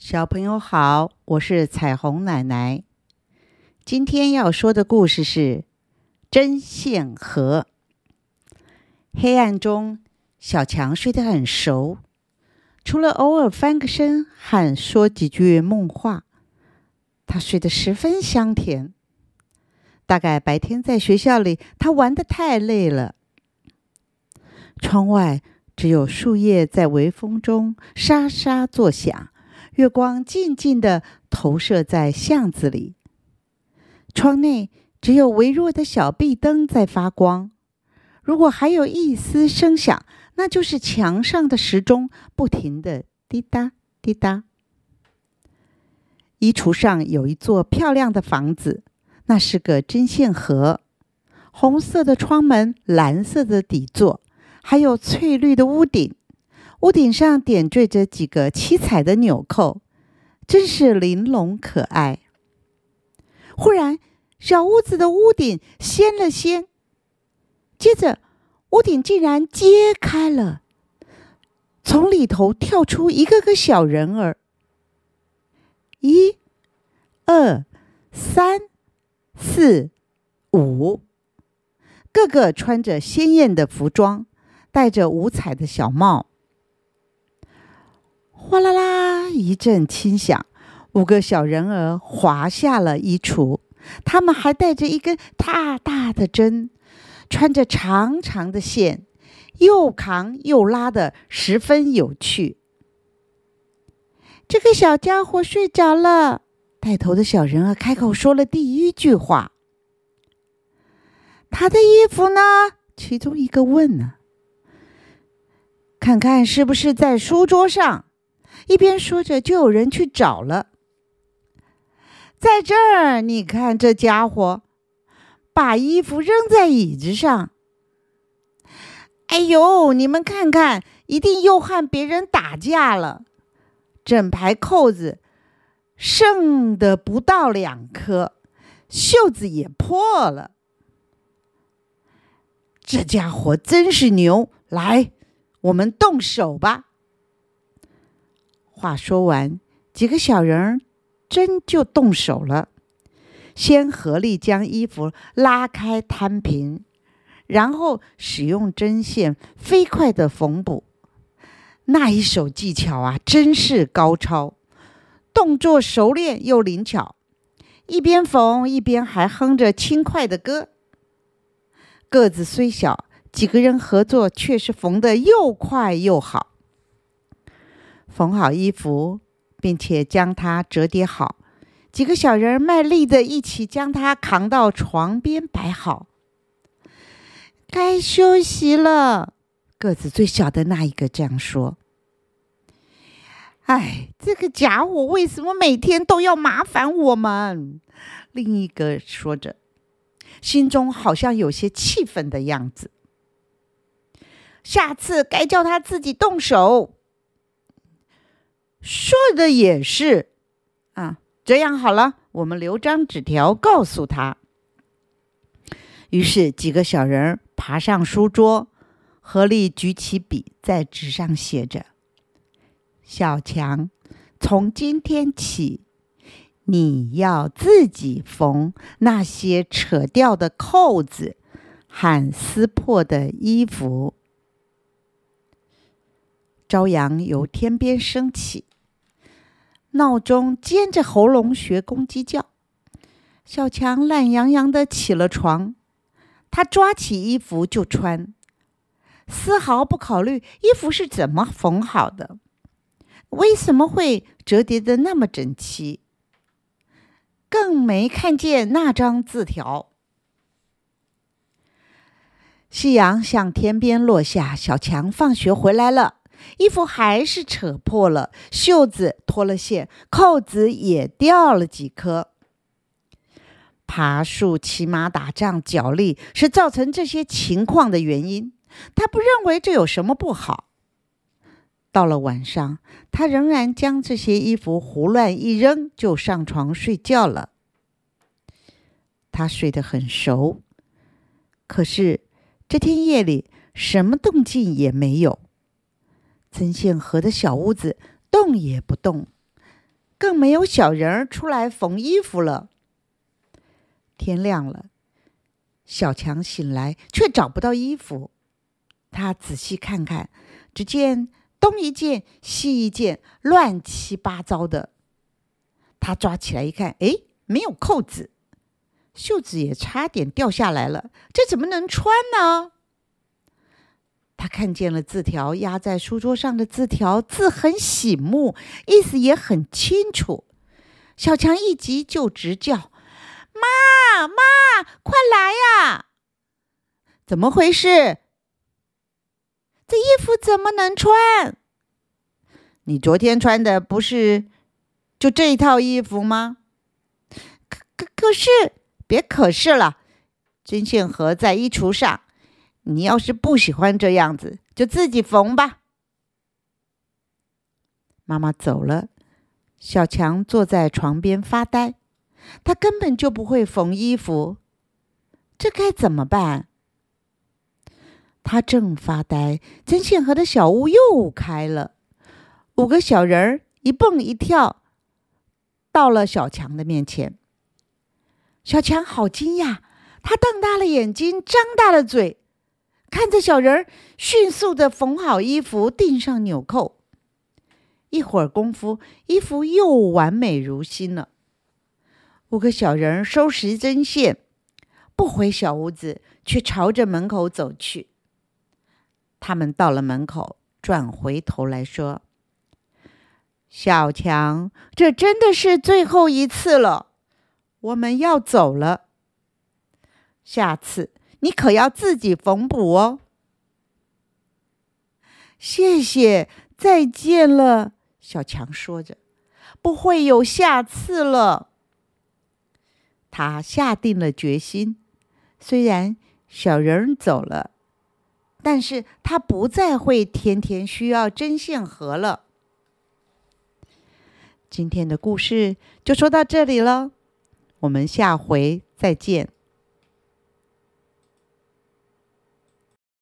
小朋友好，我是彩虹奶奶。今天要说的故事是针线盒。黑暗中，小强睡得很熟，除了偶尔翻个身和说几句梦话，他睡得十分香甜。大概白天在学校里，他玩得太累了。窗外只有树叶在微风中沙沙作响，月光静静地投射在巷子里。窗内只有微弱的小壁灯在发光。如果还有一丝声响，那就是墙上的时钟不停地滴答滴答。衣橱上有一座漂亮的房子，那是个针线盒，红色的窗门，蓝色的底座，还有翠绿的屋顶。屋顶上点缀着几个七彩的纽扣，真是玲珑可爱。忽然，小屋子的屋顶掀了掀，接着屋顶竟然揭开了，从里头跳出一个个小人儿。1、2、3、4、5，个个穿着鲜艳的服装，戴着五彩的小帽。哗啦啦一阵轻响，5个小人儿滑下了衣橱，他们还带着一根大大的针，穿着长长的线，又扛又拉得十分有趣。这个小家伙睡着了，带头的小人儿开口说了第一句话。他的衣服呢？其中一个问呢。看看是不是在书桌上？一边说着，就有人去找了。在这儿，你看这家伙把衣服扔在椅子上。哎呦，你们看看，一定又和别人打架了。整排扣子剩的不到2颗，袖子也破了。这家伙真是牛，来，我们动手吧。话说完，几个小人真就动手了，先合力将衣服拉开摊平，然后使用针线飞快地缝补。那一手技巧啊，真是高超，动作熟练又灵巧，一边缝一边还哼着轻快的歌。个子虽小，几个人合作却是缝得又快又好。缝好衣服，并且将它折叠好，几个小人卖力地一起将它扛到床边摆好。该休息了，个子最小的那一个这样说。哎，这个家伙为什么每天都要麻烦我们？另一个说着，心中好像有些气愤的样子。下次该叫他自己动手。说的也是啊，这样好了，我们留张纸条告诉他。于是几个小人爬上书桌，合力举起笔，在纸上写着：小强，从今天起，你要自己缝那些扯掉的扣子和撕破的衣服。朝阳由天边升起，闹钟尖着喉咙学公鸡叫。小强懒洋洋地起了床，他抓起衣服就穿，丝毫不考虑衣服是怎么缝好的，为什么会折叠得那么整齐，更没看见那张字条。夕阳向天边落下，小强放学回来了，衣服还是扯破了，袖子脱了线，扣子也掉了几颗。爬树、骑马、打仗、角力是造成这些情况的原因，他不认为这有什么不好。到了晚上，他仍然将这些衣服胡乱一扔，就上床睡觉了。他睡得很熟，可是这天夜里什么动静也没有。针线盒的小屋子动也不动， 更没有小人儿出来缝衣服了。天亮了，小强醒来却找不到衣服。他仔细看看，只见东一件西一件，乱七八糟的。他抓起来一看，没有扣子，袖子也差点掉下来了，这怎么能穿呢？他看见了字条，压在书桌上的字条，字很醒目，意思也很清楚。小强一急就直叫：妈，快来呀！怎么回事？这衣服怎么能穿？你昨天穿的不是就这一套衣服吗？可是，别可是了，针线盒在衣橱上，你要是不喜欢这样子，就自己缝吧。妈妈走了，小强坐在床边发呆，他根本就不会缝衣服，这该怎么办？他正发呆，针线盒的小屋又开了，5个小人儿一蹦一跳到了小强的面前。小强好惊讶，他瞪大了眼睛，张大了嘴，看着小人儿迅速地缝好衣服，钉上纽扣。一会儿功夫，衣服又完美如新了。5个小人儿收拾针线，不回小屋子，却朝着门口走去。他们到了门口，转回头来说：小强，这真的是最后一次了，我们要走了。下次你可要自己缝补哦。谢谢，再见了，小强说着，不会有下次了。他下定了决心，虽然小人走了，但是他不再会天天需要针线盒了。今天的故事就说到这里了，我们下回再见。